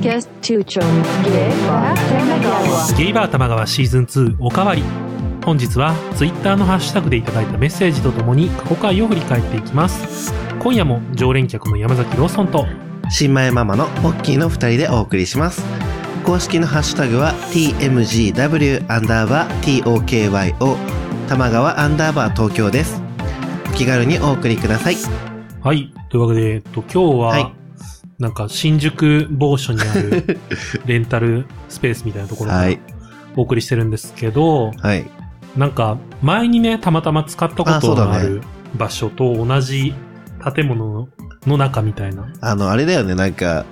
Podcast Tuchon Gay Bar Tamagawa ゲイバー玉川シーズン2おかわり。本日はツイッターのハッシュタグでいただいたメッセージとともに過去回を振り返っていきます。今夜も常連客の山崎ローソンと新米ママのポッキーの2人でお送りします。公式のハッシュタグは TMGW_TOKYO 玉川_東京です。お気軽にお送りください。 はい。というわけで、今日は、はい、なんか新宿某所にあるレンタルスペースみたいなところからお送りしてるんですけど、はい、なんか前にね、たまたま使ったことのある場所と同じ建物の中みたいな。 あれだよね、なんか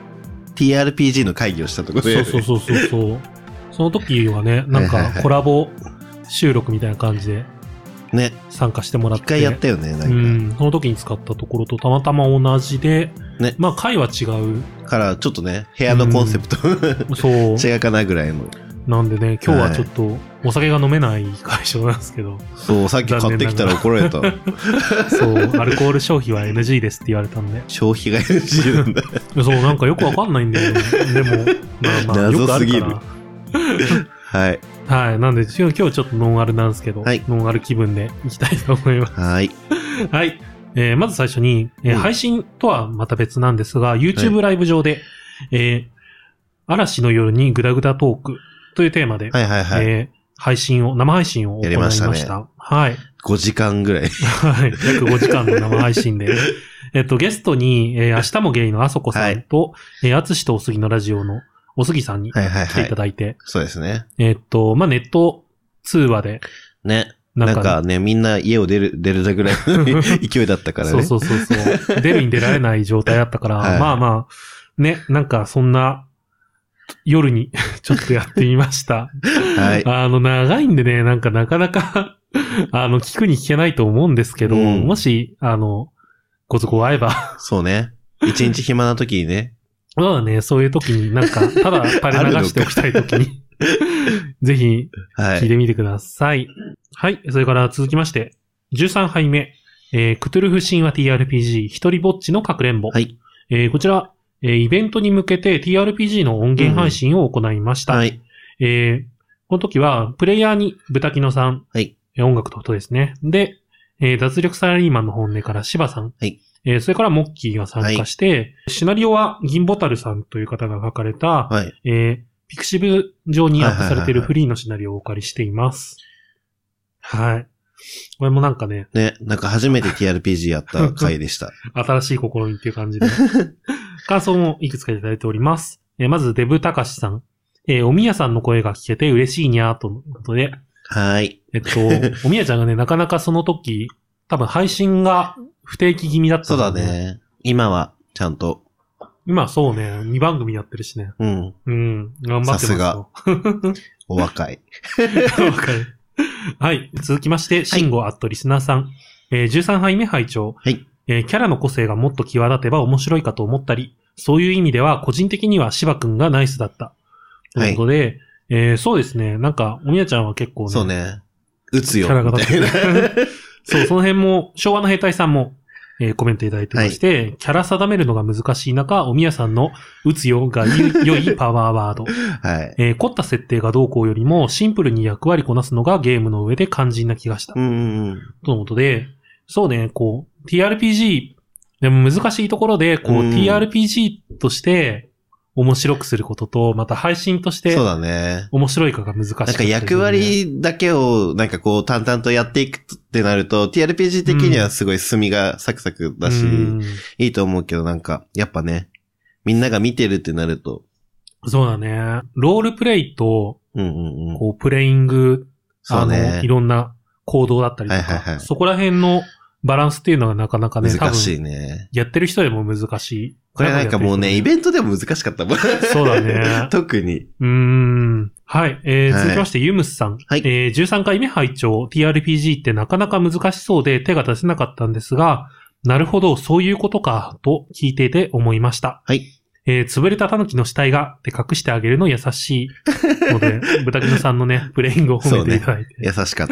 TRPG の会議をしたところで。 そう。その時はね、なんかコラボ収録みたいな感じで。ね。参加してもらって。 一回やったよね、なんか。 その時に使ったところとたまたま同じで、ね。まあ、回は違う。 から、ちょっとね、部屋のコンセプト、そう。違うかなぐらいの。 なんでね、今日はちょっと、お酒が飲めない会場なんですけど。 そう、さっき買ってきたら怒られた。そう、 アルコール消費は NG ですって言われたんで。 消費が NG なんだ。 そう、なんかよくわかんないんだよね。でも、まあ、 謎すぎる。はい。 はい。なんで、今日ちょっとノンアルなんですけど、はい、ノンアル気分でいきたいと思います。 はい。 はい。まず最初に、配信とはまた別なんですが、YouTube ライブ上で、嵐の夜にグダグダトークというテーマで、生配信を行いました。やりましたね。はい。 5時間ぐらい。 はい。約5時間の生配信で、ゲストに、明日もゲイのあそこさんと、あつしとおすぎのラジオのおすぎさんに来ていただいて。 そうですね。 まあ、ネット通話で。 ね。なんかね、みんな家を出るだぐらいの勢いだったからね。 そう。出るに出られない状態だったから、はい、まあ、ね、なんかそんな、夜にちょっとやってみました。はい。長いんでね、なんかなかなか聞くに聞けないと思うんですけど、もし、ご都合合えば。 そうね。一日暇な時にね。 まあね、そういう時になんか、ただ垂れ流しておきたい時に、ぜひ、聞いてみてください。はい。それから続きまして、13杯目、クトゥルフ神話 TRPG 一人ぼっちのかくれんぼ。はい。こちら、イベントに向けて TRPG の音源配信を行いました。はい。この時は、プレイヤーに豚キノさん。はい。音楽と音ですね。で、脱力サラリーマンの本音から柴さん。はい。それからモッキーが参加して、はい、シナリオは銀ボタルさんという方が書かれた、はい、ピクシブ上にアップされているフリーのシナリオをお借りしています。はい。これもなんかね。 ね、なんか初めて TRPG やった回でした。 新しい試みっていう感じで。感想もいくつかいただいております。まず、デブタカシさん。おみやさんの声が聞けて嬉しいにゃーとのことで。 はい。 おみやちゃんがね、なかなかその時、多分配信が不定期気味だった、 そうだね。今は、ちゃんと。 今そうね、2番組やってるしね。うん。頑張ってますよ。さすが。 お若い。 お若い。はい。続きまして、シンゴアットリスナーさん。13杯目拝聴。はい。キャラの個性がもっと際立てば面白いかと思ったり、そういう意味では個人的には芝くんがナイスだった。ということで、そうですね。なんか、おみやちゃんは結構ね。 そうね。打つよ。 キャラが立ってそう、その辺も、昭和の兵隊さんも、コメントいただいてまして、はい、キャラ定めるのが難しい中、おみやさんの打つよが良いパワーワード。はい。凝った設定がどうこうよりも、シンプルに役割こなすのがゲームの上で肝心な気がした。とのことで、そうね、こう、TRPG、でも難しいところで、こう、TRPG として、面白くすることと、また配信として、そうだね。面白いかが難しい、ね。 なんか役割だけを、なんかこう、淡々とやっていくってなると、TRPG 的にはすごい墨がサクサクだし、いいと思うけど、なんか、やっぱね、みんなが見てるってなると。 そうだね。ロールプレイと、こう、プレイング、いろんな行動だったりとか、そこら辺のバランスっていうのがなかなかね、 難しいね。 やってる人でも難しい。 これなんかもうね、イベントでも難しかったもん。 そうだね。 特に。 はい。続きまして、ユムスさん。はい。13回目拝聴 TRPG ってなかなか難しそうで手が出せなかったんですが、なるほど、そういうことか、と聞いていて思いました。はい。潰れた狸の死体がって隠してあげるの優しいので、豚キノさんのね、プレイングを褒めていただいて。 優しかった。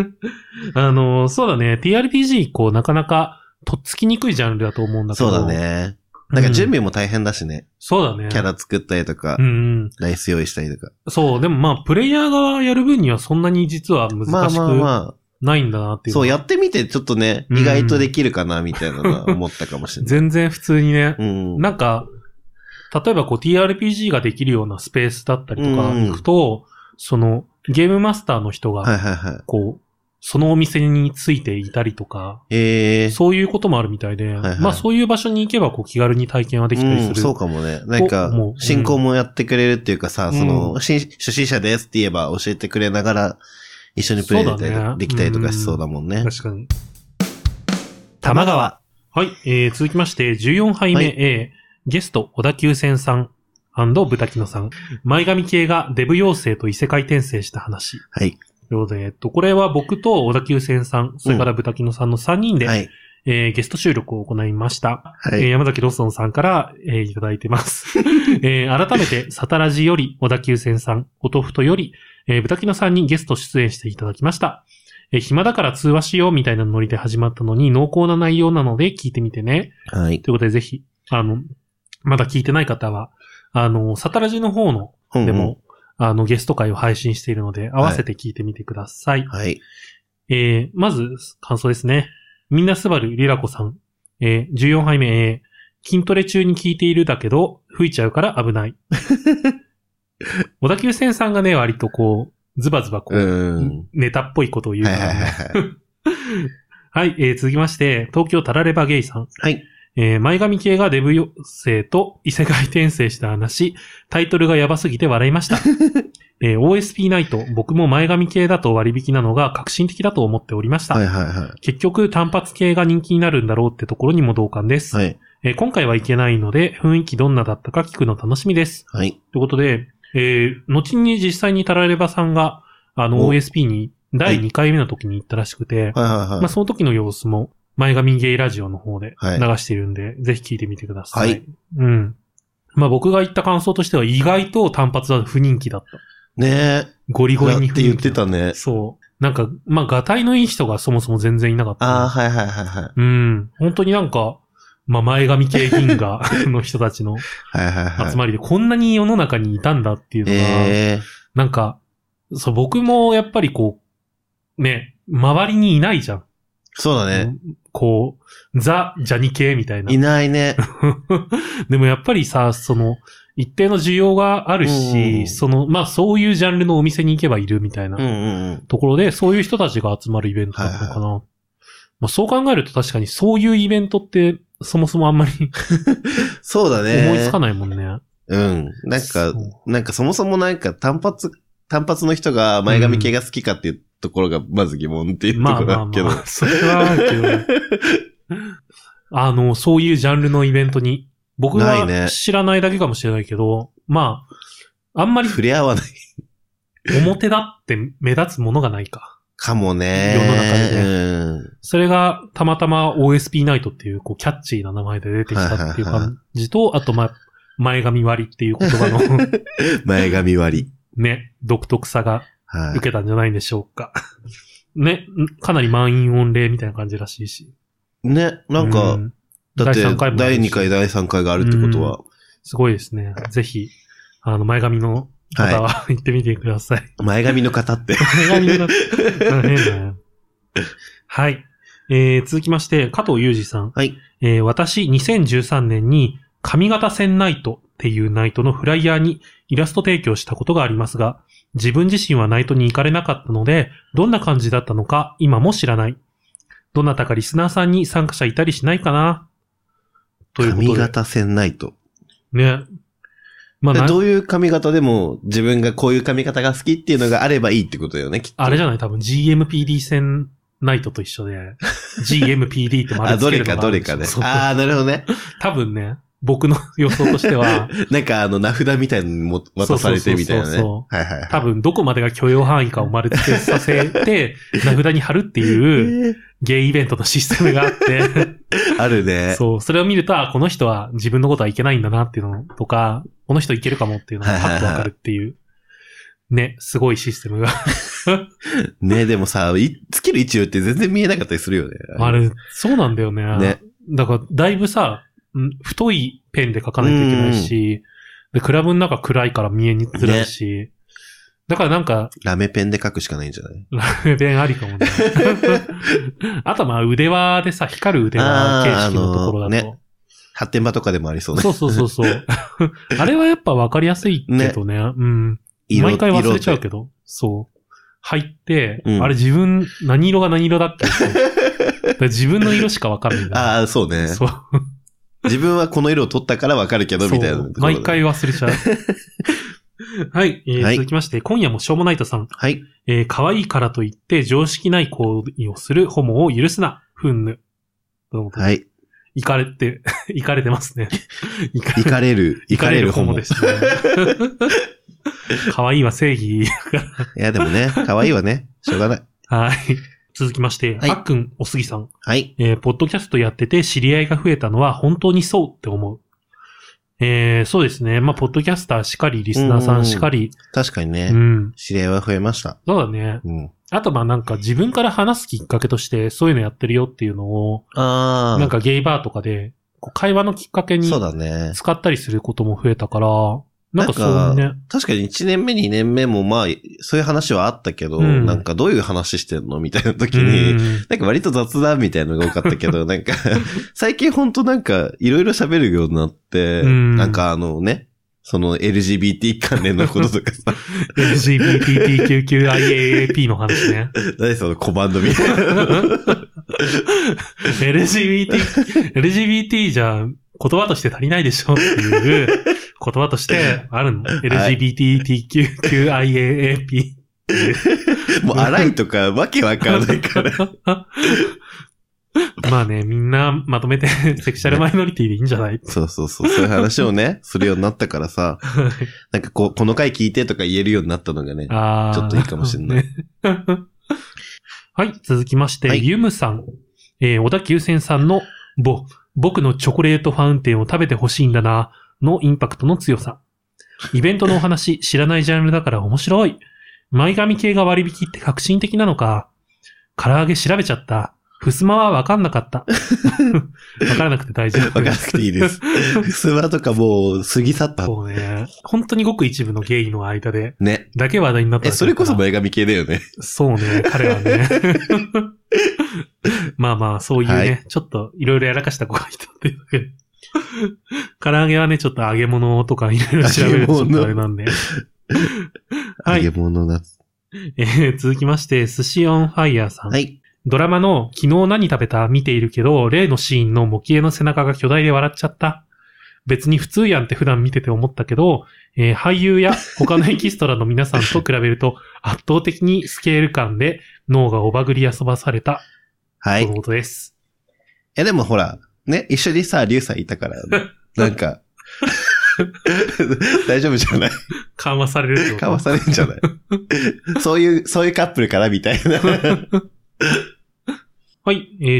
そうだね、TRPG こうなかなかとっつきにくいジャンルだと思うんだけど。 そうだね。 なんか準備も大変だしね。 そうだね。 キャラ作ったりとか、ライス用意したりとか。 そう、でもまあ、プレイヤー側やる分にはそんなに実は難しくないんだなっていう。 そう、やってみてちょっとね、意外とできるかな、みたいなのは思ったかもしれない。 全然普通にね。なんか、例えばこう TRPG ができるようなスペースだったりとか行くと、その、ゲームマスターの人が、こう、そのお店についていたりとか、そういうこともあるみたいで、まあそういう場所に行けばこう気軽に体験はできたりする。 そうかもね。なんか、進行もやってくれるっていうかさ、その、初心者ですって言えば教えてくれながら、一緒にプレイできたりとかしそうだもんね。 確かに。 玉川。 はい、続きまして、14杯目 A、ゲスト、小田急線さん豚キノさん。前髪系がデブ妖精と異世界転生した話。 はい。 ということで、これは僕と小田急線さん、それから豚キノさんの3人で、ゲスト収録を行いました。山崎ロッソンさんから、いただいてます。改めて、サタラジより、小田急線さん、おとふとより、豚キノさんにゲスト出演していただきました。暇だから通話しようみたいなノリで始まったのに、濃厚な内容なので聞いてみてね。 はい。 ということで、ぜひ、まだ聞いてない方は、サタラジの方の、でも、ゲスト会を配信しているので、合わせて聞いてみてください。 はい。 まず、感想ですね。みんなすばるリラコさん。14杯目、筋トレ中に聞いているだけど、吹いちゃうから危ない。小田急線さんがね、割とこう、ズバズバこう、ネタっぽいことを言うからね。はい、続きまして、東京タラレバゲイさん。 はい。 前髪系がデブ妖精と異世界転生した話、タイトルがやばすぎて笑いました。OSP ナイト、僕も前髪系だと割引なのが革新的だと思っておりました。結局単発系が人気になるんだろうってところにも同感です。今回はいけないので、雰囲気どんなだったか聞くの楽しみです。ということで、後に実際にタラレバさんが、OSP に第2回目の時に行ったらしくて、まあその時の様子も、前髪ゲイラジオの方で流しているんで、ぜひ聞いてみてください。まあ僕が言った感想としては意外と単発は不人気だった。 ねえ。 ゴリゴリに不人気。って言ってたね。 そう。なんか、まあガタイのいい人がそもそも全然いなかった。本当になんか、まあ前髪系銀河の人たちの集まりでこんなに世の中にいたんだっていうのが、なんか、そう僕もやっぱりこう、ね、周りにいないじゃん。 そうだね。 こう、ザ・ジャニ系みたいな。 いないね。 でもやっぱりさ、その、一定の需要があるし、まあそういうジャンルのお店に行けばいるみたいなところで、そういう人たちが集まるイベントだったのかな。まあそう考えると確かにそういうイベントってそもそもあんまりそうだね。 思いつかないもんね。 なんかそもそもなんか単発の人が前髪系が好きかっていうところがまず疑問っていうところだけど。 それはあるけど。そういうジャンルのイベントに、僕が知らないだけかもしれないけど、まあ、あんまり。 触れ合わない。 表だって目立つものがないか。 かもね。 世の中で。それがたまたま OSP ナイトっていう、こう、キャッチーな名前で出てきたっていう感じと、あと、まあ、前髪割りっていう言葉の。 前髪割り。 ね、独特さが受けたんじゃないんでしょうか。ね、かなり満員御礼みたいな感じらしいし。 ね、なんか、だって第2回、第3回があるってことは。 すごいですね。ぜひ、前髪の方は行ってみてください。 前髪の方って。 前髪の方。変だ。はい。続きまして、加藤裕二さん。 はい。 私、2013年に、髪型線ナイトっていうナイトのフライヤーにイラスト提供したことがありますが、自分自身はナイトに行かれなかったので、どんな感じだったのか今も知らない。どなたかリスナーさんに参加者いたりしないかなということで。 髪型線ナイト。 ね。 まあどういう髪型でも自分がこういう髪型が好きっていうのがあればいいってことだよね、きっと。 あれじゃない多分 GMPD 線ナイトと一緒で、GMPD って丸つけるのがどれかね。なるほどね。 多分ね。僕の予想としては。 なんか名札みたいに渡されてみたいなね。 多分どこまでが許容範囲かを丸付けさせて、名札に貼るっていうゲイイベントのシステムがあって。 あるね。 そう。それを見ると、この人は自分のことはいけないんだなっていうのとか、この人いけるかもっていうのがパッとわかるっていう。ね、すごいシステムが。 ね、でもさ、つける位置って全然見えなかったりするよね。 あれ、そうなんだよね。ね。だから、だいぶさ、 太いペンで書かないといけないし、で、クラブの中暗いから見えづらいし、だからなんか、 ラメペンで書くしかないんじゃない？ ラメペンありかもね。あとまあ腕輪でさ、光る腕輪形式のところだと。ね。 発展場とかでもありそうね。 そう。あれはやっぱ分かりやすいけどね。うん。毎回忘れちゃうけど。そう。入って、あれ自分、何色が何色だっけ？自分の色しか分かんないんだ。 ああ、そうね。そう。自分はこの色を取ったから分かるけど、みたいな。 毎回忘れちゃう。はい、続きまして、今夜もしょうもないとさん。 はい。 可愛いからといって常識ない行為をするホモを許すな、ふんぬ。 はい。 いかれてますね。 いかれるホモですね。可愛いは正義。 いや、でもね、可愛いはね、しょうがない。 はい。続きまして、 はい、 あっくん、おすぎさん。 はい。 ポッドキャストやってて知り合いが増えたのは本当にそうって思う。そうですね。まあ、ポッドキャスターしかり、リスナーさんしかり。 確かにね。 うん。 知り合いは増えました。 そうだね。うん。あと、まあ、なんか自分から話すきっかけとして、そういうのやってるよっていうのを、なんかゲイバーとかで、会話のきっかけに、そうだね。使ったりすることも増えたから、なんかそうね。 確かに1年目2年目もまあ、そういう話はあったけど、なんかどういう話してんのみたいな時に、なんか割と雑談みたいなのが多かったけど、なんか、最近ほんとなんかいろいろ喋るようになって、なんかその LGBT 関連のこととかさ。 LGBTQIAAP の話ね。 何そのコマンドみたいな。 LGBT じゃ言葉として足りないでしょっていう言葉としてあるの。LGBTQIAAP。 もう荒いとかわけわかんないから。 まあね、みんなまとめてセクシャルマイノリティでいいんじゃない？ そういう話をね、するようになったからさ、なんかこの回聞いてとか言えるようになったのがね、ちょっといいかもしれない。 はい、続きまして、ユムさん、小田急線さんの僕のチョコレートファウンテンを食べてほしいんだな、のインパクトの強さ。イベントのお話、知らないジャンルだから面白い。前髪系が割引って革新的なのか。唐揚げ調べちゃった。ふすまは分かんなかった。分からなくて大丈夫。 分からなくていいです。ふすまとかもう過ぎ去った。 そうね。本当にごく一部のゲイの間で。 ね。 だけ話題になった。 それこそ前髪系だよね。 そうね、彼はね。まあまあ、そういうね、はい、ちょっといろいろやらかした子がいたっていうだけで。唐揚げはね、ちょっと揚げ物とかいろいろ調べるとちょっとあれなんで。 はい。揚げ物だ。 続きまして、寿司オンファイヤーさん。 はい。 ドラマの昨日何食べた見ているけど、例のシーンの模型の背中が巨大で笑っちゃった。別に普通やんって普段見てて思ったけど、俳優や他のエキストラの皆さんと比べると圧倒的にスケール感で脳がおばぐり遊ばされた。はい。ということです。 でもほら、ね、一緒にさ、リュウさんいたから、なんか、大丈夫じゃない？ 緩和されるってこと？ 緩和されるんじゃない？そういうカップルからみたいな。 はい、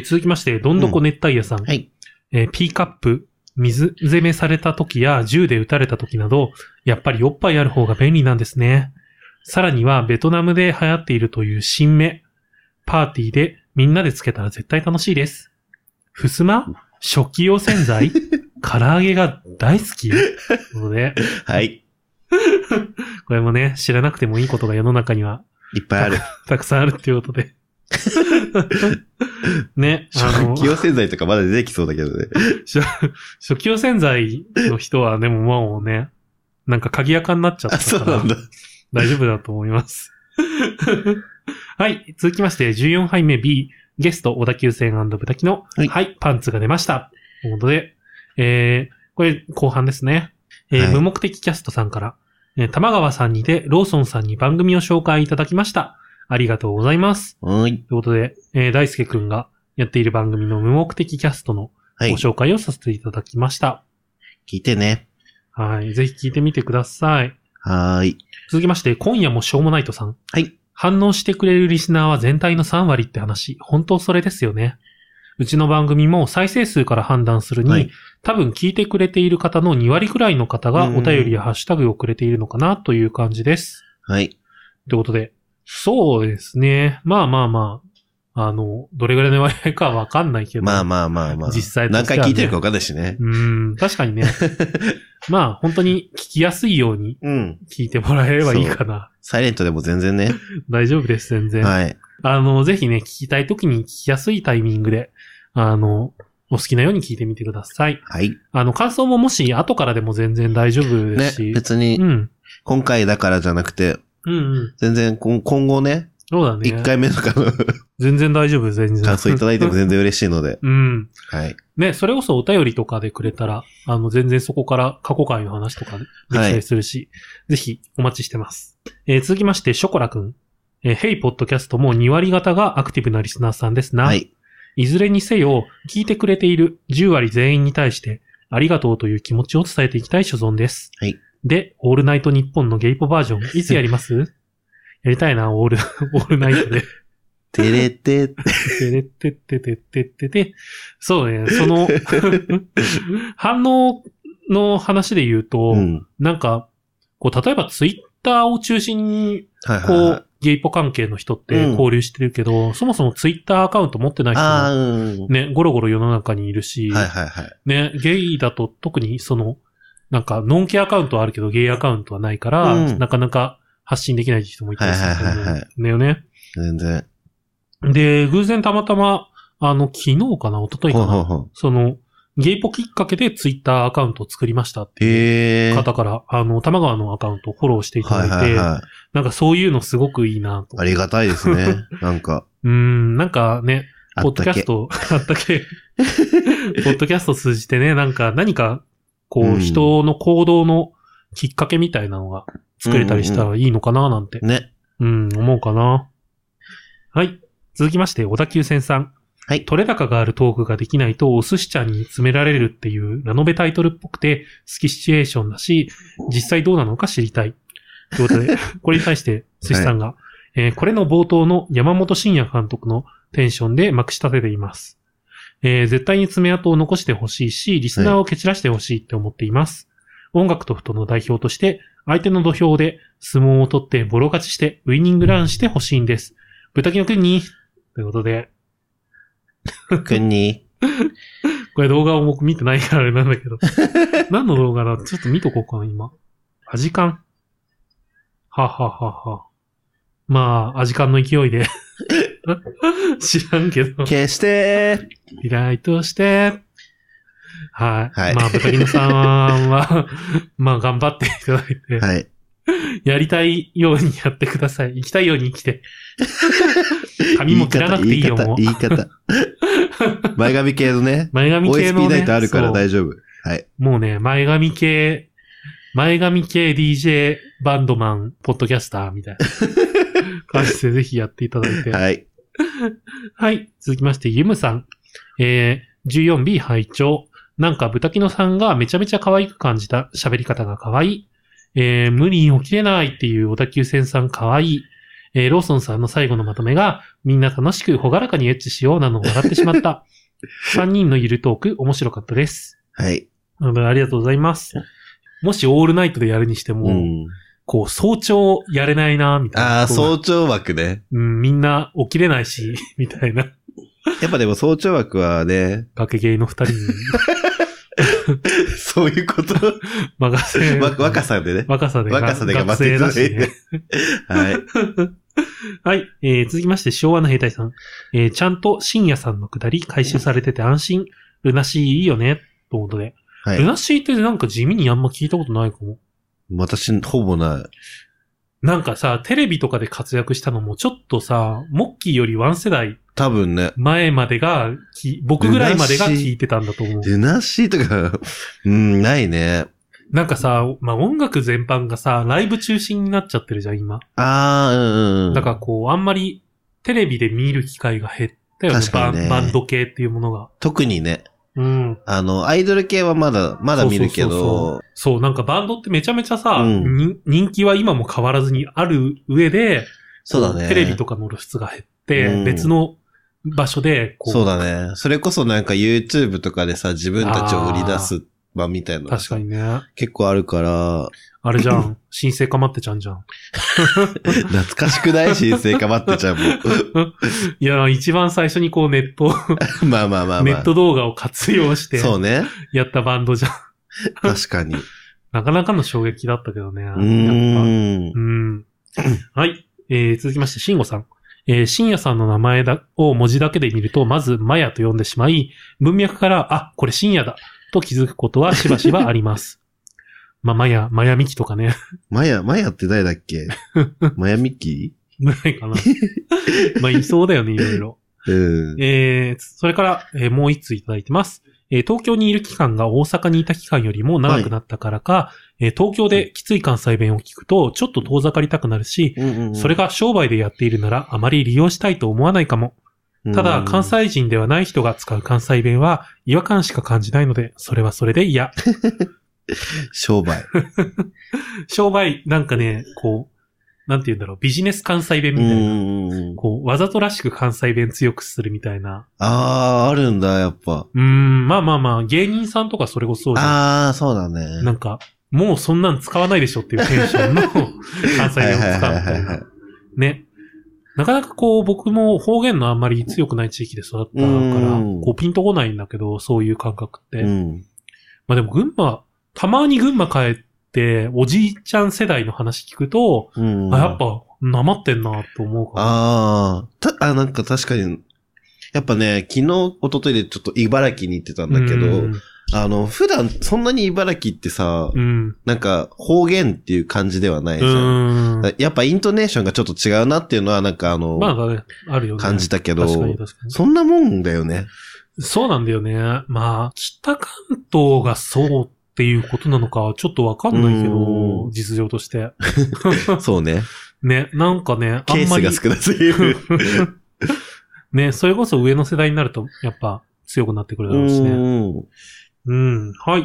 続きまして、どんどこ熱帯夜さん。はい。P カップ、水攻めされた時や銃で撃たれた時など、やっぱりおっぱいある方が便利なんですね。さらには、ベトナムで流行っているという新芽。パーティーでみんなでつけたら絶対楽しいです。ふすま？食器用洗剤？唐揚げが大好き。ということで。 はい。 これもね、知らなくてもいいことが世の中にはいっぱいある。 たくさんあるっていうことで。ね。 食器用洗剤とかまだ出てきそうだけどね。 食器用洗剤の人はでももうね、なんか鍵垢になっちゃったから。 そうなんだ。 大丈夫だと思います。はい。続きまして、14杯目 B、ゲスト、小田急線&豚木の、はい、パンツが出ました。ということで、これ後半ですね。無目的キャストさんから、玉川さんにてローソンさんに番組を紹介いただきました。ありがとうございます。 はい。 ということで、大輔くんがやっている番組の無目的キャストのご紹介をさせていただきました。はい、 聞いてね。 はい。ぜひ聞いてみてください。 はい。 続きまして、今夜もしょうもないとさん。 はい。 反応してくれるリスナーは全体の3割って話、本当それですよね。うちの番組も再生数から判断するに、はい、多分聞いてくれている方の2割くらいの方がお便りやハッシュタグをくれているのかなという感じです。 はい。 ということで、そうですね。まあまあまあ、 どれぐらいの割合かはわかんないけど。 まあ。 実際としてはね。 何回聞いてるかわかんないしね。 確かにね。まあ、本当に聞きやすいように聞いてもらえればいいかな。 サイレントでも全然ね。 大丈夫です、全然。 はい。 ぜひね、聞きたい時に聞きやすいタイミングで、お好きなように聞いてみてください。 はい。 感想ももし後からでも全然大丈夫ですし。 ね、別に、今回だからじゃなくて、全然今後ね、 そうだね。 1回目とかの全然大丈夫、全然。 感想いただいても全然嬉しいので。はい。 ね、それこそお便りとかでくれたら、全然そこから過去回の話とかできたりするし、ぜひお待ちしてます。続きまして、ショコラくん。ヘイポッドキャストも2割方がアクティブなリスナーさんですな。はい。いずれにせよ、聞いてくれている10割全員に対して、ありがとうという気持ちを伝えていきたい所存です。はい。で、オールナイトニッポンのゲイポバージョン、いつやりますやりたいな、オールナイトで。 てれてって。 てれってっててってってて。そうね、その、反応の話で言うと、なんか、こう、例えばツイッターを中心に、ゲイポ関係の人って交流してるけど、そもそもツイッターアカウント持ってない人も、ね、ゴロゴロ世の中にいるし、ね、ゲイだと特になんか、ノンケアカウントはあるけど、ゲイアカウントはないから、なかなか発信できない人もいたりするんだよね。 全然。 で、偶然たまたま、昨日かな、一昨日かな、ゲイポきっかけでツイッターアカウントを作りましたっていう方から、玉川のアカウントをフォローしていただいて、なんかそういうのすごくいいなと。 ありがたいですね。なんか。 なんかね、ポッドキャスト、ポッドキャスト通じてね、何か、こう、人の行動のきっかけみたいなのが作れたりしたらいいのかななんて。 ね。 思うかな。はい。続きまして、小田急線さん。はい。取れ高があるトークができないとお寿司ちゃんに詰められるっていうラノベタイトルっぽくて好きシチュエーションだし、実際どうなのか知りたい。ということで、これに対して寿司さんが、これの冒頭の山本慎也監督のテンションでまくし立てています。絶対に爪痕を残してほしいし、リスナーを蹴散らしてほしいって思っています。音楽とふとの代表として、相手の土俵で相撲を取ってボロ勝ちしてウイニングランしてほしいんです。豚キノくんに、ということで。 くんに。 これ動画を僕見てないからあれなんだけど。何の動画だちょっと見とこうかな、今。アジカン。は。まあ、アジカンの勢いで。知らんけど。 消してリライトして。はい。まあ、豚キノさんは、まあ、頑張っていただいて。はい。やりたいようにやってください。生きたいように生きて。髪も切らなくていいよ、もう。 言い方。前髪系のね。 前髪系のね。 OSP ナイトあるから大丈夫。はい。 もうね、前髪系 DJ バンドマン、ポッドキャスターみたいな感じでぜひやっていただいて。 はい。 はい。続きまして、ユムさん。14B 拝聴。なんか豚キノさんがめちゃめちゃ可愛く感じた喋り方が可愛い。無理に起きれないっていう小田急線さん可愛い。ローソンさんの最後のまとめが、みんな楽しくほがらかにエッチしようなのを笑ってしまった。3人のゆるトーク面白かったです。 はい。 ありがとうございます。もしオールナイトでやるにしても、こう早朝やれないな、みたいな。 ああ、早朝枠ね。 みんな起きれないし、みたいな。 やっぱでも早朝枠はね。 崖ゲイの2人に。 そういうこと若さでね。 若さで頑張っていただいて。はい。はい。続きまして、昭和の兵隊さん。ちゃんと深夜さんのくだり回収されてて安心。ルナシーいいよね。ということで。はい、ルナシーってなんか地味にあんま聞いたことないかも。 私、ほぼない。 なんかさ、テレビとかで活躍したのもちょっとさ、モッキーよりワン世代。 多分ね。 前までが、僕ぐらいまでが聞いてたんだと思う。 ルナシーとか、ないね。 なんかさ、まあ、音楽全般がさ、ライブ中心になっちゃってるじゃん、今。だからこう、あんまりテレビで見る機会が減ったよね。確かにね。バンド系っていうものが。 特にね。アイドル系はまだ見るけど。 そう、なんかバンドってめちゃめちゃさ、人気は今も変わらずにある上で、 そうだね。 テレビとかの露出が減って、別の場所でそうだね。それこそなんか YouTube とかでさ、自分たちを売り出す版みたいな。 確かにね。 結構あるから。 あれじゃん。新生かまってちゃんじゃん。 懐かしくない新生かまってちゃんも。 いや、一番最初にこうネットまあまあまあまあ。 ネット動画を活用して。 そうね。 やったバンドじゃん。 確かに。 なかなかの衝撃だったけどね。やっぱ。はい。続きまして、慎吾さん。深夜さんの名前を文字だけで見ると、まず、マヤと読んでしまい、文脈から、あ、これ深夜だ、と気づくことはしばしばあります。まあ、マヤミキとかね。 マヤって誰だっけマヤミキぐらいかな。まあ、いそうだよね、いろいろ。それから、もう一ついただいてます。東京にいる期間が大阪にいた期間よりも長くなったからか、東京できつい関西弁を聞くと、ちょっと遠ざかりたくなるし、それが商売でやっているならあまり利用したいと思わないかも。ただ、関西人ではない人が使う関西弁は違和感しか感じないので、それはそれで嫌。 商売。 商売、なんかね、こう、なんて言うんだろう、ビジネス関西弁みたいな。こう、わざとらしく関西弁強くするみたいな。 あるんだ、やっぱ。 まあ、芸人さんとかそれこそそうじゃん。 そうだね。 なんか、もうそんなん使わないでしょっていうテンションの関西弁を使うみたいな。ね。なかなかこう、僕も方言のあんまり強くない地域で育ったから、こう、ピンとこないんだけど、そういう感覚って。まあでもたまに群馬帰って、おじいちゃん世代の話聞くと、やっぱ、なまってんなと思うかな。 なんか確かに、やっぱね、昨日、一昨日でちょっと茨城に行ってたんだけど、普段そんなに茨城ってさ、なんか方言っていう感じではないじゃん。やっぱイントネーションがちょっと違うなっていうのはなんかまあね、あるよね。 感じたけど、 確かにそんなもんだよね。 そうなんだよね。まあ、北関東がそうっていうことなのかちょっとわかんないけど、実情として。 そうね。 ね、なんかね、 ケースが少なすぎる。 ね、それこそ上の世代になると、やっぱ強くなってくるだろうしね。はい。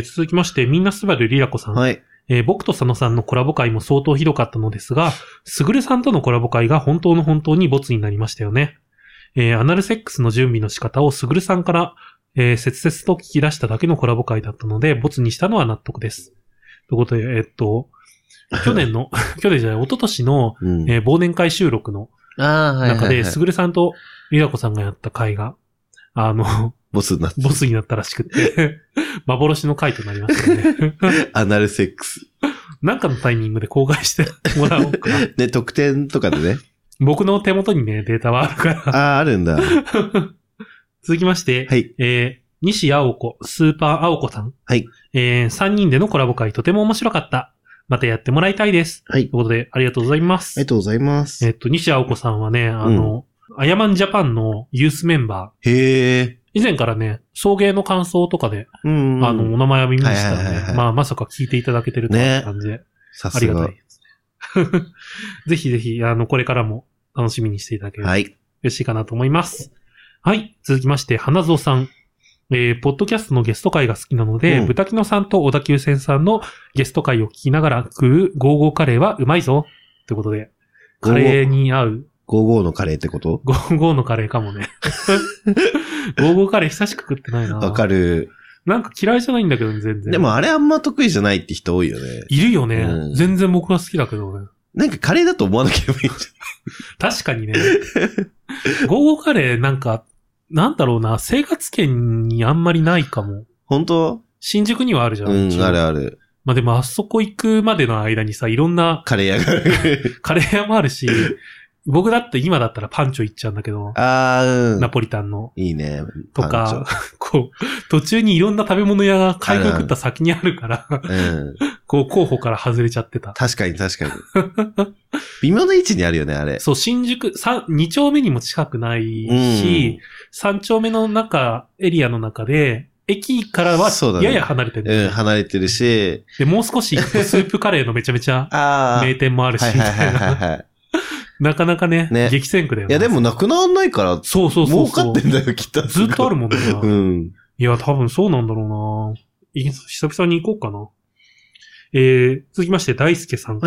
続きまして、みんなすばるりらこさん。 はい。 僕と佐野さんのコラボ会も相当ひどかったのですが、すぐるさんとのコラボ会が本当にボツになりましたよね。アナルセックスの準備の仕方をすぐるさんから、切々と聞き出しただけのコラボ会だったので、ボツにしたのは納得です。ということで、去年じゃない、一昨年の、忘年会収録の中で、すぐるさんとりらこさんがやった会が、 ボスになったらしくって幻の回となりましたね。 アナルセックス。 なんかのタイミングで公開してもらおうか。 ね、特典とかでね。 僕の手元にね、データはあるから。 あるんだ。 続きまして、 はい。 西青子、スーパー青子さん。 はい。 3人でのコラボ会とても面白かった。またやってもらいたいです。 はい。 ということで、ありがとうございます。 ありがとうございます。 西青子さんはね、アヤマンジャパンのユースメンバー。へー。 以前からね、送迎の感想とかで、お名前は耳にしたらね、まさか聞いていただけてるという感じで、ありがたいですね。ぜひぜひ、これからも楽しみにしていただければ嬉しいかなと思います。はい。続きまして、花蔵さん。ポッドキャストのゲスト会が好きなので、豚キノさんと小田急線さんのゲスト会を聞きながら食うゴーゴーカレーはうまいぞ。ということで、カレーに合う。 ゴーゴーのカレーってこと？ ゴーゴーのカレーかもね。ゴーゴーカレー久しく食ってないな。 わかる。 なんか嫌いじゃないんだけどね、全然。 でもあれあんま得意じゃないって人多いよね。 いるよね。全然僕は好きだけどね。 なんかカレーだと思わなければいいじゃん。 確かにね。ゴーゴーカレーなんか、なんだろうな、生活圏にあんまりないかも。 本当？ 新宿にはあるじゃん。 あるある。 まあでもあそこ行くまでの間にさ、いろんなカレー屋がある。 カレー屋もあるし、僕だって今だったらパンチョ行っちゃうんだけど。ナポリタンの。 いいね。 とか、こう、途中にいろんな食べ物屋が買いまくった先にあるから、こう、候補から外れちゃってた。 確かに。微妙な位置にあるよね、あれ。 そう、新宿、2丁目にも近くないし、3丁目のエリアの中で、駅からはやや離れてる、 離れてるし。 で、もう少し行くとスープカレーのめちゃめちゃ名店もあるし、みたいな。なかなかね、激戦区だよね。 いや、でもなくならないから、 そう。 儲かってんだよ、きっと。 ずっとあるもんね。いや、多分そうなんだろうな。久々に行こうかな。続きまして、大輔さん。 はい。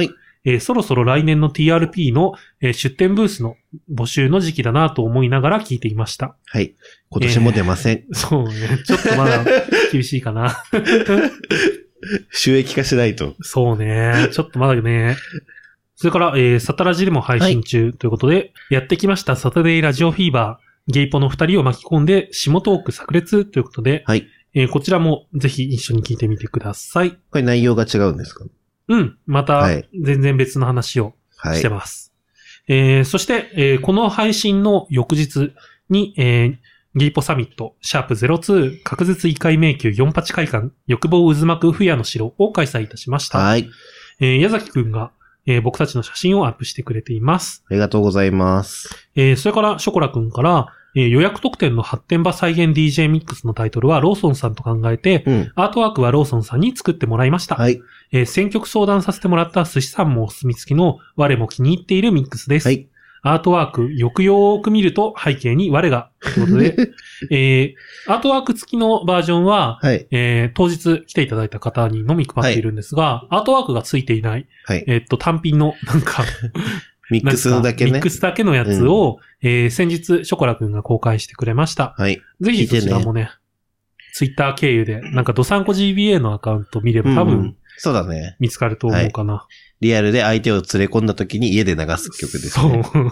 そろそろ来年の TRP の、出展ブースの募集の時期だなと思いながら聞いていました。 はい。今年も出ません。 そうね。ちょっとまだ厳しいかな。 収益化しないと。 そうね。ちょっとまだね。それから、サタラジでも配信中ということで、やってきましたサタデーラジオフィーバー、ゲイポの2人を巻き込んで、下トーク炸裂ということで、 はい。 こちらもぜひ一緒に聞いてみてください。 これ内容が違うんですか？ うん。また、全然別の話をしてます。そして、この配信の翌日に、ゲイポサミット、#02、隔絶異界迷宮48会館、欲望渦巻く不夜の城を開催いたしました。 はい。 矢崎くんが、僕たちの写真をアップしてくれています。 ありがとうございます。 それから、ショコラくんから、予約特典の発展場再現 DJ ミックスのタイトルはローソンさんと考えて、アートワークはローソンさんに作ってもらいました。 はい。 選曲相談させてもらった寿司さんもお墨付きの我も気に入っているミックスです。 はい。 アートワーク、よく見ると背景に我が、ということで、アートワーク付きのバージョンは、 はい。 当日来ていただいた方にのみ配っているんですが、アートワークが付いていない、 はい。 単品の、なんか、 ミックスだけね。 ミックスだけのやつを、先日、ショコラくんが公開してくれました。 はい。 ぜひそちらもね、ツイッター経由で、なんかドサンコ GBA のアカウント見れば多分、 そうだね。 見つかると思うかな。はい、 リアルで相手を連れ込んだ時に家で流す曲ですね。 そう。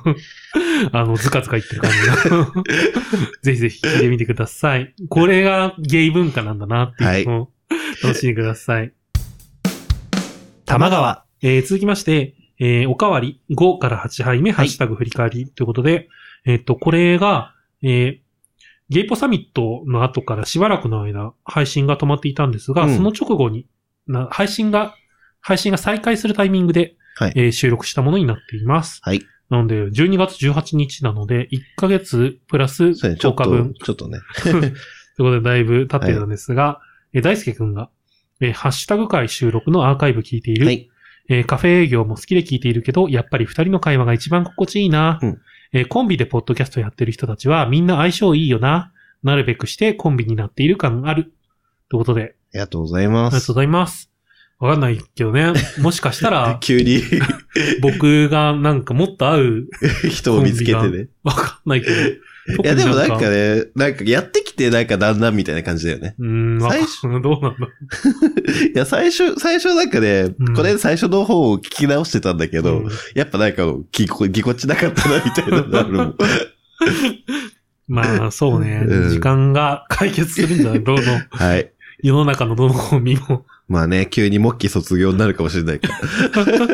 ズカズカ言ってる感じが。ぜひぜひ聞いてみてください。これがゲイ文化なんだなっていうのを楽しんでください。 玉川。 続きまして、おかわり5から8杯目、ハッシュタグ振り返りということで、これが、ゲイポサミットの後からしばらくの間、配信が止まっていたんですが、その直後に、配信が再開するタイミングで、収録したものになっています。 はい。 なので、12月18日なので、1ヶ月プラス10日分。 ちょっとね。 ということで、だいぶ経ってたんですが、大輔くんが、ハッシュタグ会収録のアーカイブ聞いている。はい。カフェ営業も好きで聞いているけど、やっぱり2人の会話が一番心地いいな。コンビでポッドキャストやってる人たちはみんな相性いいよな。なるべくしてコンビになっている感ある。ということで。 ありがとうございます。 ありがとうございます。わかんないけどね。もしかしたら、 急に僕がなんかもっと合う人を見つけてね。 わかんないけど。 いやでもなんかね、なんかやってきてなんかだんだんみたいな感じだよね。 最初、どうなんだ。 いや最初なんかね、これ最初の方を聞き直してたんだけど、やっぱなんかぎこちなかったなみたいなのあるもん。 まあそうね、時間が解決するんじゃないどの、 はい。 世の中のどのコンビも。 まあね、急にモッキー卒業になるかもしれないから。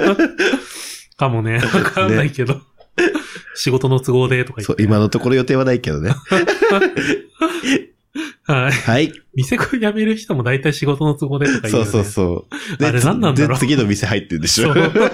かもね、わかんないけど。ね、仕事の都合でとか言って。 そう、今のところ予定はないけどね。 はい。 はい。 店辞める人も大体仕事の都合でとか言うよね。 そう。 あれ何なんだろう。 で、次の店入ってるんでしょ。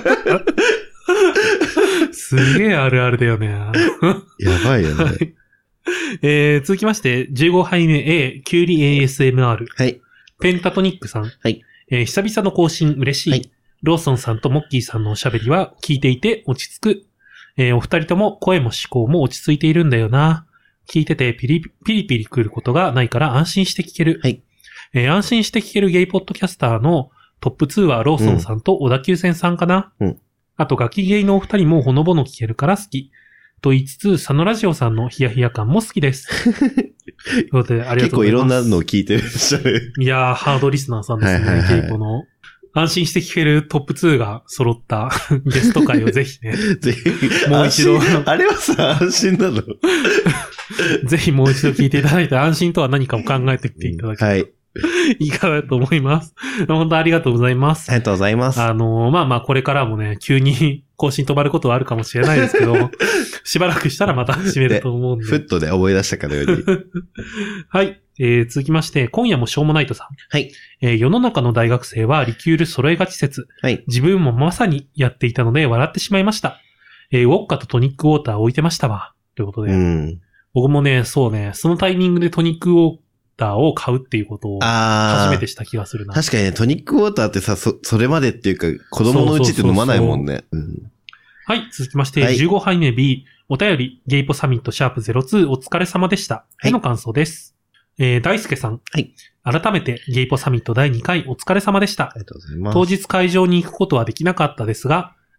すげえあるあるだよね。 やばいよね。 はい、続きまして、15杯目 A、キュウリ ASMR。 はい。 ペンタトニックさん。 はい。 久々の更新嬉しい。はい。ローソンさんとモッキーさんのおしゃべりは聞いていて落ち着く。お二人とも声も思考も落ち着いているんだよな。聞いててピリピリ来ることがないから安心して聞ける。はい。安心して聞けるゲイポッドキャスターのトップ2はローソンさんと小田急線さんかな。うん。あとガキゲイのお二人もほのぼの聞けるから好き。と言いつつ、佐野ラジオさんのヒヤヒヤ感も好きです。ということで、ありがとうございます。結構いろんなのを聞いてるんですよね。 いやー、ハードリスナーさんですね。ゲイポの。安心して聞けるトップ2が揃ったゲスト会をぜひね。ぜひ。もう一度。 あれはさ、安心なのぜひもう一度聞いていただいて、安心とは何かを考えてみていただけたら、はい。いいかなと思います。本当ありがとうございます。 ありがとうございます。 まあ、これからもね、急に更新止まることはあるかもしれないですけど、しばらくしたらまた始めると思うんで。 ふっとで思い出したかのように。 はい。続きまして、今夜もしょうもないとさん。 はい。 世の中の大学生はリキュール揃えがち説。はい。自分もまさにやっていたので笑ってしまいました。ウォッカとトニックウォーター置いてましたわ。ということで。僕もね、そうね、そのタイミングでトニックウォーターを買うっていうことを初めてした気がするな。 確かにね、トニックウォーターってさ、それまでっていうか、子供のうちって飲まないもんね。 はい、続きまして、15杯目 B、お便り、ゲイポサミット#02お疲れ様でした。への感想です。大輔さん。はい。改めて、ゲイポサミット第2回お疲れ様でした。 ありがとうございます。 当日会場に行くことはできなかったですが、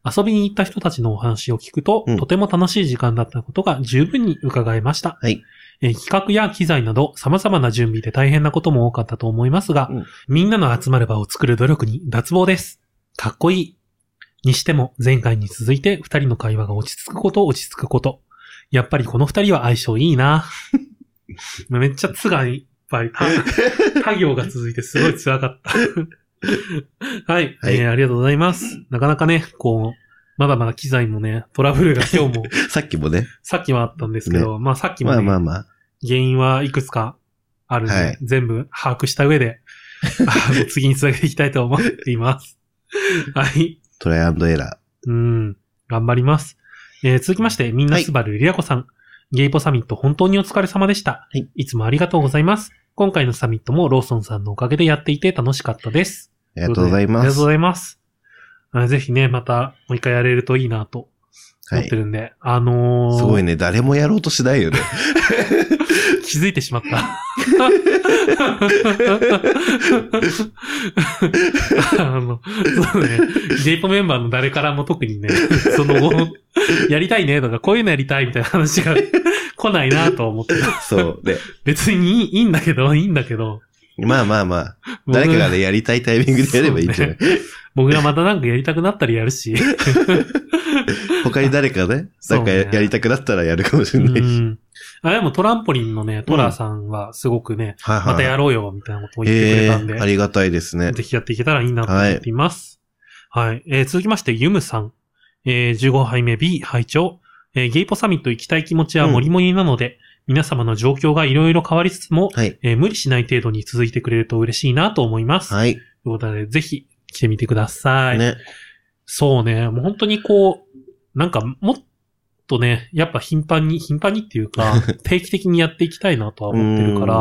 遊びに行った人たちのお話を聞くと、とても楽しい時間だったことが十分に伺えました。 はい。 企画や機材など様々な準備で大変なことも多かったと思いますが、みんなの集まる場を作る努力に脱帽です。かっこいい。にしても前回に続いて二人の会話が落ち着くこと。やっぱりこの二人は相性いいな。めっちゃつがいっぱい、他行が続いてすごい辛かった。はい、ありがとうございます。なかなかね、まだまだ機材もね、トラブルが今日も。 さっきもね。 さっきはあったんですけど、まあさっきもね、原因はいくつかあるんで、全部把握した上で、次につなげていきたいと思っています。はい。 トライアンドエラー。頑張ります。続きまして、みんなすばるりらこさん。ゲイポサミット本当にお疲れ様でした。いつもありがとうございます。今回のサミットもローソンさんのおかげでやっていて楽しかったです。 ありがとうございます。 ありがとうございます。ぜひね、またもう一回やれるといいなと思ってるんで、すごいね、誰もやろうとしないよね。 気づいてしまった。そうね、ゲイポメンバーの誰からも特にね、その後、やりたいねとか、こういうのやりたいみたいな話が来ないなと思って。 そうね。 別にいいんだけど。 まあ。誰かがね、やりたいタイミングでやればいいんじゃない、 僕がまたなんかやりたくなったらやるし。 他に誰かね、なんかやりたくなったらやるかもしれないし。 でもトランポリンのね、トラさんはすごくね、またやろうよ、みたいなことを言ってくれたんで。 ありがたいですね。 ぜひやっていけたらいいなと思っています。はい。続きまして、ユムさん。15杯目 B 拝聴。ゲイポサミット行きたい気持ちはもりもりなので、皆様の状況がいろいろ変わりつつも、無理しない程度に続いてくれると嬉しいなと思います。 はい。 ということで、ぜひ来てみてください。 ね。 そうね、もう本当になんかもっとね、やっぱ頻繁にっていうか、定期的にやっていきたいなとは思ってるから、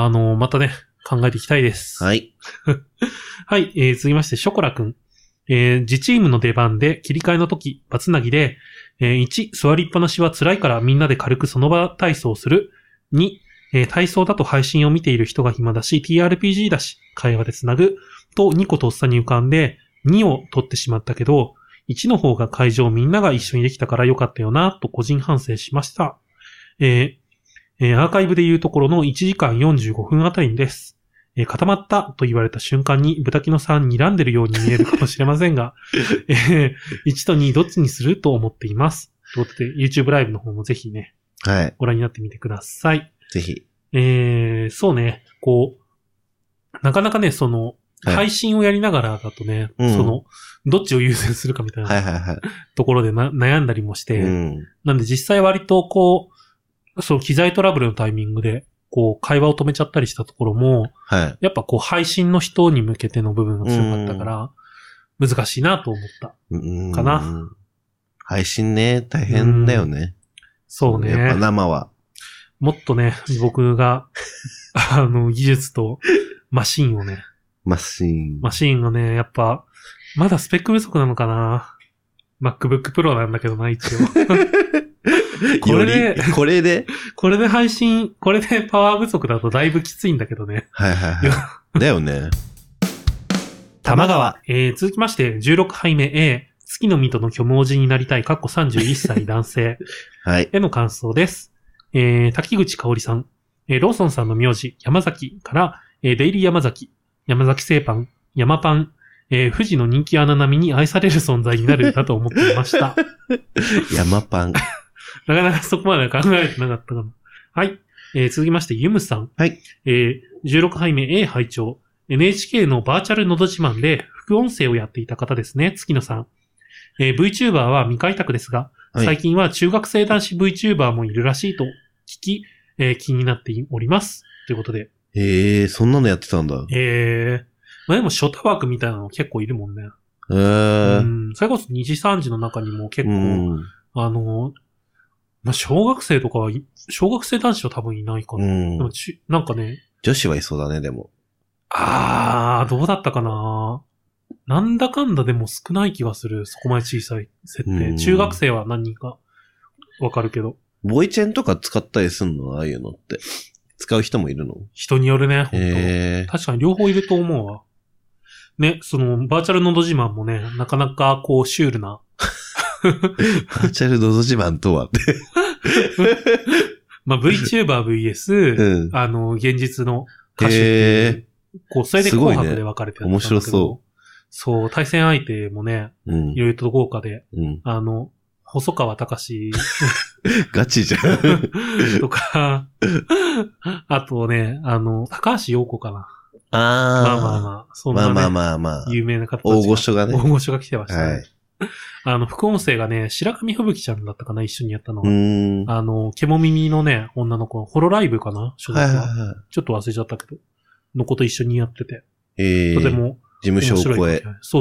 またね、考えていきたいです。 はい。 はい、続きまして、ショコラくん。自チームの出番で切り替えの時、バツナギで、1、座りっぱなしは辛いからみんなで軽くその場体操をする。2、体操だと配信を見ている人が暇だし、TRPG だし、会話でつなぐ。と2個とっさに浮かんで、2を取ってしまったけど、1の方が会場みんなが一緒にできたからよかったよな、と個人反省しました。アーカイブでいうところの1時間45分あたりです。固まったと言われた瞬間に豚キノさん睨んでるように見えるかもしれませんが、1と2どっちにすると思っています。ということで YouTube ライブの方もぜひね、ご覧になってみてください。 ぜひ。 そうね、なかなかね、配信をやりながらだとね、どっちを優先するかみたいなところで悩んだりもして、なんで実際割と機材トラブルのタイミングで、会話を止めちゃったりしたところも、やっぱ配信の人に向けての部分が強かったから、難しいなと思ったかな。 配信ね、大変だよね。 そうね。 やっぱ生は。 もっとね、僕が、技術とマシンをね。マシンがね、やっぱ、まだスペック不足なのかな。MacBook Pro なんだけどな、一応。これで配信、これでパワー不足だとだいぶきついんだけどね。 だよね。 玉川。続きまして、16杯目 A、月の水戸の虚無王子になりたい、31歳男性。への感想です。滝口香織さん。ローソンさんの名字、山崎から、デイリー山崎製パン、山パン、富士の人気穴並みに愛される存在になるんだと思っていました。 山パン。 なかなかそこまで考えてなかったかな。はい。続きまして、ユムさん。 はい。 16杯目 A 拝聴。NHK のバーチャルのど自慢で副音声をやっていた方ですね、月野さん。VTuber は未開拓ですが、最近は中学生男子 VTuber もいるらしいと聞き、気になっております。ということで。 そんなのやってたんだ。 まあでも、ショタ枠みたいなの結構いるもんね。それこそ2時3時の中にも結構、小学生とかは、小学生男子は多分いないかな。でもなんかね。 女子はいそうだね、でも。 どうだったかな。なんだかんだでも少ない気がする。そこまで小さい設定。中学生は何人かわかるけど。 ボイチェンとか使ったりすんの？ああいうのって。使う人もいるの？ 人によるね、本当確かに両方いると思うわ。 ね、その、バーチャルのど自慢もね、なかなかこう、シュールな。 バーチャルのど自慢とはって。 まあ、VTuber vs、現実の歌手っていう、こう、それで紅白で分かれてる、 面白そう。 そう、対戦相手もね、いろいろと豪華で、細川隆ガチじゃん。とか、あとね、高橋洋子かな。まあ。そんなね、 まあ。 有名な方たち大御所がね。 大御所が来てましたね。 はい。 副音声がね、白神吹雪ちゃんだったかな、一緒にやったのは。獣耳のね、女の子、ホロライブかな所属は。ちょっと忘れちゃったけど、の子と一緒にやってて。とても、 事務所を超え。 そう。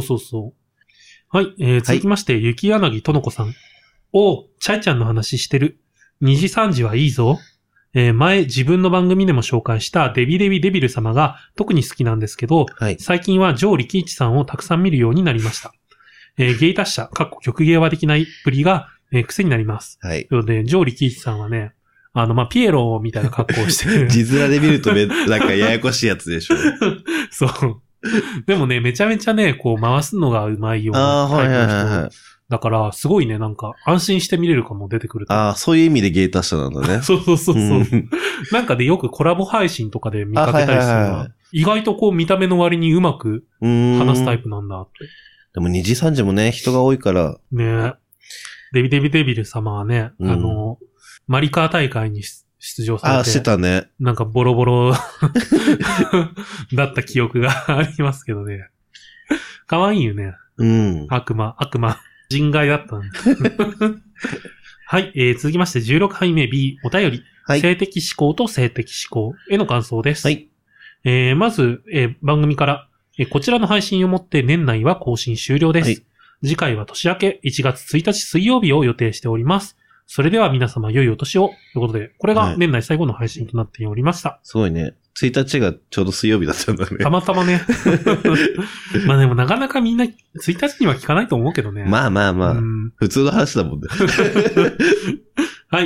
はい、続きまして、雪柳との子さん。チャイちゃんの話してる。2時3時はいいぞ。前自分の番組でも紹介したデビル様が特に好きなんですけど、最近はジョー力一さんをたくさん見るようになりました。ゲイ達者、曲芸はできないぶりが、癖になります。 はい。 なので、ジョー力一さんはね、ピエロみたいな格好をしてる。 字面で見るとなんかややこしいやつでしょ。 そう。でもね、めちゃめちゃね、こう回すのがうまいようなタイプの人。だから、すごいね、なんか、安心して見れるかも出てくると。 そういう意味でゲイ達者なんだね。 そう。なんかでよくコラボ配信とかで見かけたりするな。意外とこう見た目の割にうまく話すタイプなんだって。 でも2時3時もね、人が多いから。 ねデビル様はね、マリカー大会に出場されて。 してたね。 なんかボロボロだった記憶がありますけどね。可愛いよね。悪魔。人外だったんはい、続きまして16杯目 B お便り、性的思考と性的思考への感想です。まず、番組から、こちらの配信をもって年内は更新終了です。次回は年明け1月1日水曜日を予定しております。それでは皆様良いお年をということで、これが年内最後の配信となっておりました。 すごいね。1日がちょうど水曜日だったんだね。 たまたまね。まあでもなかなかみんな1日には聞かないと思うけどね。 まあ。普通の話だもんね。 はい、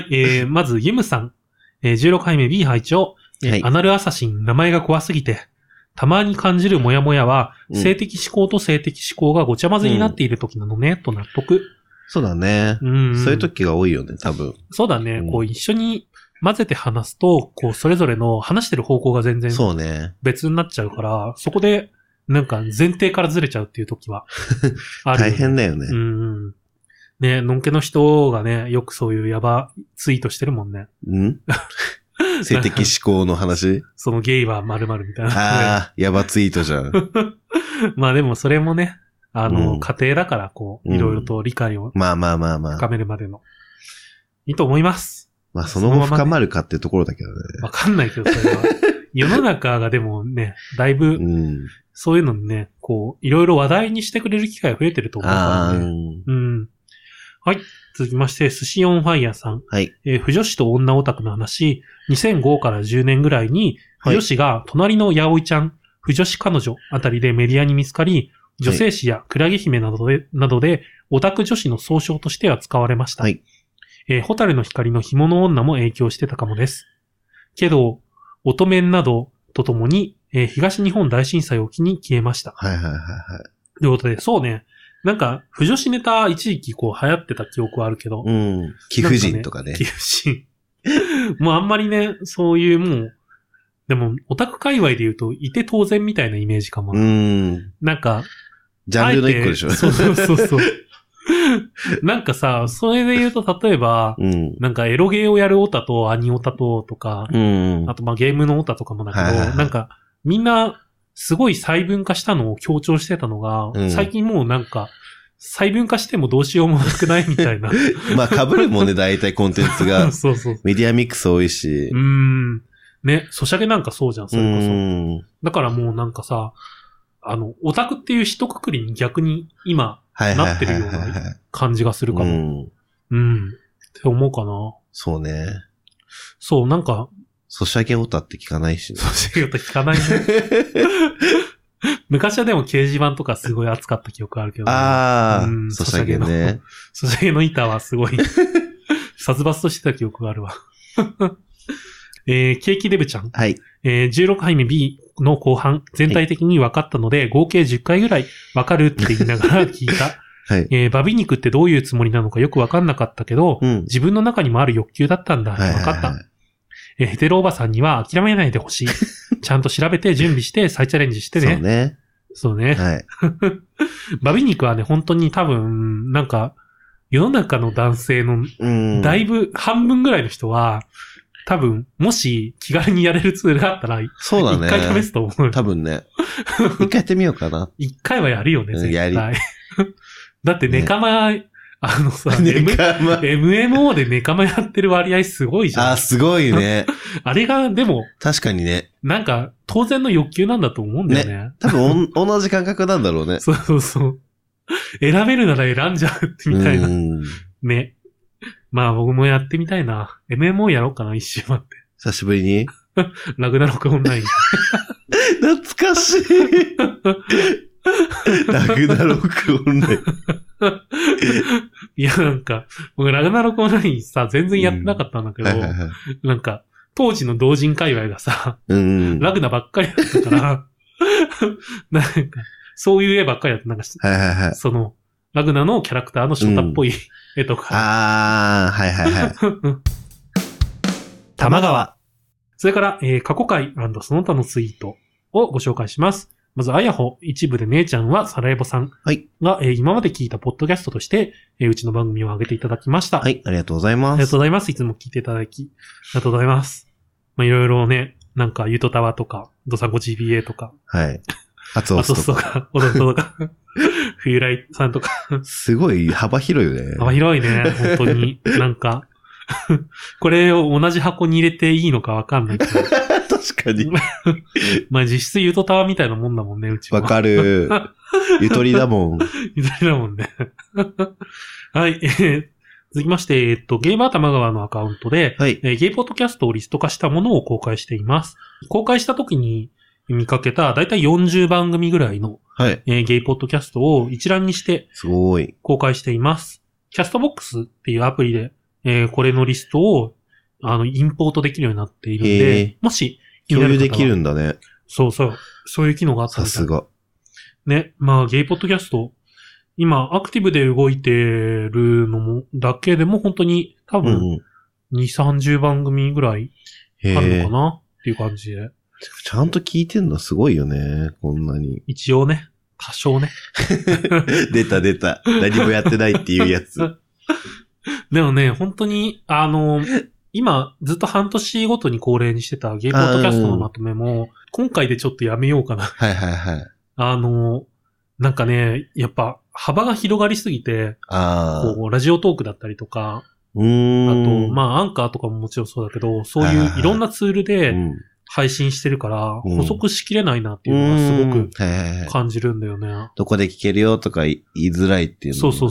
まずユムさん。16杯目 B 拝聴、アナルアサシン、名前が怖すぎて、たまに感じるモヤモヤは、性的思考と性的思考がごちゃ混ぜになっている時なのね、と納得。 そうだね。そういう時が多いよね、多分。 そうだね。こう一緒に混ぜて話すと、こうそれぞれの話してる方向が全然別になっちゃうから、そこでなんか前提からずれちゃうっていう時はある、 大変だよね。 ね、のんけの人がね、よくそういうヤバツイートしてるもんね。 性的思考の話そのゲイは〇〇みたいな。 ヤバツイートじゃん。 まあでもそれもね、家庭だから、こう、いろいろと理解を。 深めるまでの。いいと思います。 まあ、その後深まるかっていうところだけどね。 わかんないけど、それは。世の中がでもね、だいぶ、そういうのにね、こう、いろいろ話題にしてくれる機会が増えてると思うからね。はい。続きまして、寿司オンファイヤーさん。不女子と女オタクの話、2005から10年ぐらいに、不女子が隣のヤオイちゃん、不女子彼女あたりでメディアに見つかり、女性誌やクラゲ姫などで、オタク女子の総称として扱われました。ホタルの光の干物女も影響してたかもです。けど、乙女などとともに、東日本大震災を機に消えました。ということで、そうね。なんか、不女子ネタ一時期こう流行ってた記憶はあるけど。 貴婦人とかね。 貴婦人。もうあんまりね、そういうもう、でも、オタク界隈で言うと、いて当然みたいなイメージかも。なんか、 ジャンルの一個でしょ。 そう。なんかさ、それで言うと、例えば、なんかエロゲーをやるオタとアニオタとか、あとまあゲームのオタとかもだけど、なんか、みんな、すごい細分化したのを強調してたのが、最近もうなんか、細分化してもどうしようもなくないみたいな。 まあ被るもんね、大体コンテンツが。メディアミックス多いし。 ね、ソシャゲなんかそうじゃん、それこそ。だからもうなんかさ、オタクっていう一括りに逆に今、なってるような感じがするかも。って思うかな。 そうね。 そう、なんか、 ソシャゲオタって聞かないしね。 ソシャゲオタ聞かないね。昔はでも掲示板とかすごい熱かった記憶あるけど、 ね。ソシャゲね。 ソシャゲの板はすごい、殺伐としてた記憶があるわ。ケーキデブちゃん。16杯目 B、 の後半、全体的に分かったので、合計10回ぐらい分かるって言いながら聞いた。 はい。 バビ肉ってどういうつもりなのかよく分かんなかったけど、自分の中にもある欲求だったんだ。分かった。ヘテロおばさんには諦めないでほしい。ちゃんと調べて準備して再チャレンジしてね。 そうね。 そうね。 はい。 バビ肉はね、本当に多分、なんか、世の中の男性の、だいぶ半分ぐらいの人は、多分、もし気軽にやれるツールがあったら、 そうだね。 一回試すと思う。 多分ね。一回やってみようかな。 一回はやるよね、絶対。 やり。 だってネカマ、MMO でネカマやってる割合すごいじゃん。 あ、すごいね。 あれが、でも、 確かにね。 なんか、当然の欲求なんだと思うんだよね。 多分、同じ感覚なんだろうね。 そうそうそう。選べるなら選んじゃうってみたいな。ね。まあ僕もやってみたいな。MMO やろうかな、一周待って。 久しぶりにラグナロクオンライン。 懐かしい。ラグナロクオンライン。 いや、なんか、僕ラグナロクオンラインさ、全然やってなかったんだけど、なんか、当時の同人界隈がさ、ラグナばっかりだったから、なんか、そういう絵ばっかりだった。なんか、その、ラグナのキャラクターのショタっぽい絵とか。 はいはいはい。玉川。 それから、過去回&その他のツイートをご紹介します。まず、あやほ、一部で姉ちゃんはサラエボさんが、今まで聞いたポッドキャストとして、うちの番組を上げていただきました。 はい、ありがとうございます。 ありがとうございます。いつも聞いていただき、ありがとうございます。まあ、いろいろね、なんか、ゆとたわとか、ドサンコ GBA とか。 はい。アツオスとか。 オドトとか。冬来さんとか。 すごい幅広いよね。 幅広いね。本当に。なんか、これを同じ箱に入れていいのかわかんないけど。 確かに。 まあ実質ゆとたわみたいなもんだもんね、うちは。 わかる。ゆとりだもん。 ゆとりだもんね。はい。続きまして、ゲイバー玉川のアカウントで、 はいゲイポッドキャストをリスト化したものを公開しています。公開した時に見かけた、だいたい40番組ぐらいの、 はい。 ゲイポッドキャストを一覧にしてすごい。 公開しています。キャストボックスっていうアプリで、これのリストを、インポートできるようになっているんで、もし、 共有できるんだね。 そうそう。そういう機能があったみたい。 さすが。 ね。まあ、ゲイポッドキャスト、今、アクティブで動いてるのも、だけでも本当に、多分、2、30番組ぐらいあるのかなっていう感じで。 ちゃんと聞いてんのすごいよね。こんなに。 一応ね。多少ね。 出た。何もやってないっていうやつ。 でもね、本当に、今、ずっと半年ごとに恒例にしてたゲイポッドキャストのまとめも、今回でちょっとやめようかな。 はいはいはい。 なんかね、やっぱ幅が広がりすぎて、こう、ラジオトークだったりとか、あと、まあ、アンカーとかももちろんそうだけど、そういういろんなツールで配信してるから、補足しきれないなっていうのがすごく感じるんだよね。 どこで聞けるよとか言いづらいっていうの。 そう。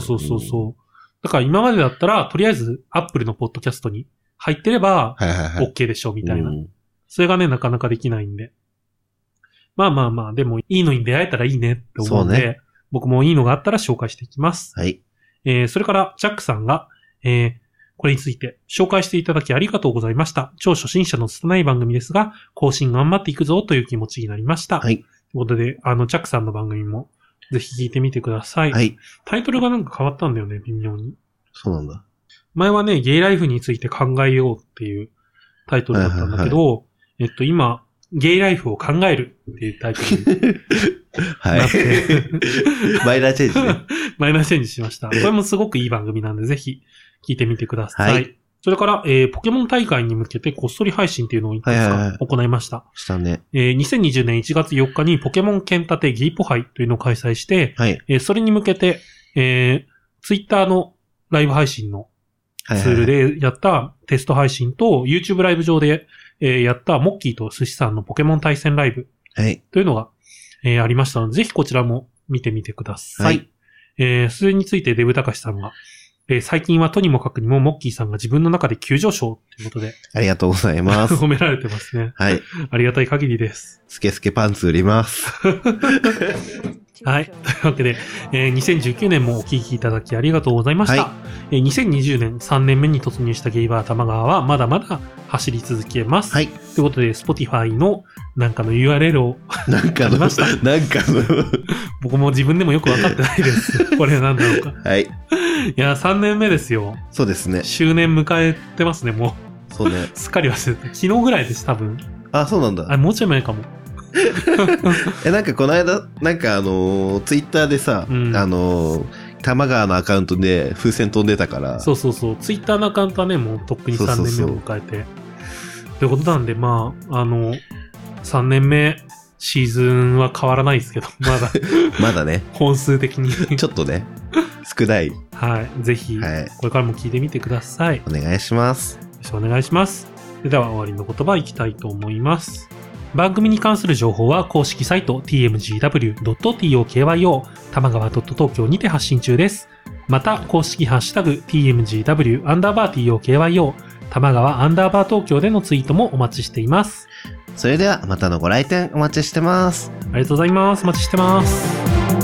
だから今までだったら、とりあえず、アップルのポッドキャストに入ってれば、OK でしょ、みたいな。それがね、なかなかできないんで。まあ、でも、いいのに出会えたらいいねって思うんで、僕もいいのがあったら紹介していきます。 はい。 それから、チャックさんが、これについて紹介していただきありがとうございました。超初心者の拙い番組ですが、更新頑張っていくぞという気持ちになりました。 はい。 ということで、チャックさんの番組も、ぜひ聞いてみてください。 はい。 タイトルがなんか変わったんだよね、微妙に。 そうなんだ。 前はね、ゲイライフについて考えようっていうタイトルだったんだけど、今、ゲイライフを考えるっていうタイトルにはい。マイナーチェンジね。 マイナーチェンジしました。これもすごくいい番組なんで、ぜひ聞いてみてください。はい。それから、ポケモン大会に向けてこっそり配信っていうのをいくつか行いました。 したね。 2020年1月4日にポケモン剣立てゲイポ杯というのを開催して、 はい。 それに向けて、ツイッターのライブ配信のツールでやったテスト配信と、YouTube ライブ上で、やったモッキーと寿司さんのポケモン対戦ライブというのが、ありましたので、ぜひこちらも見てみてください。はい。それについてデブタカシさんが、最近はとにもかくにもモッキーさんが自分の中で急上昇ということで。 ありがとうございます。 褒められてますね。 はい。 ありがたい限りです。 スケスケパンツ売ります。 はい。というわけで、2019年もお聞きいただきありがとうございました。はい、2020年3年目に突入したゲイバー玉川はまだまだ走り続けます。 はい。 ということで、Spotify のなんかの URL をなんかの、 僕も自分でもよくわかってないです。これなんだろうか。 はい。 いや、3年目ですよ。 そうですね。 周年迎えてますね、もう。そうね。 すっかり忘れて。昨日ぐらいです、多分。 あ、そうなんだ。 もうちょい前かも。 なんかこの間、なんかツイッターでさ、玉川のアカウントで風船飛んでたから。 そうそうそう。ツイッターのアカウントはね、もうとっくに3年目を迎えて。ということなんで、まあ、3年目、シーズンは変わらないですけど、まだ。 まだね。 本数的に。 ちょっとね、少ない。 はい。ぜひ、これからも聞いてみてください。 お願いします。 よろしくお願いします。それでは終わりの言葉いきたいと思います。番組に関する情報は公式サイト tmgw.tokyo 玉川 .tokyo にて発信中です。また、公式ハッシュタグ tmgw_tokyo 玉川_東京でのツイートもお待ちしています。 それではまたのご来店お待ちしてます。 ありがとうございます。お待ちしてます。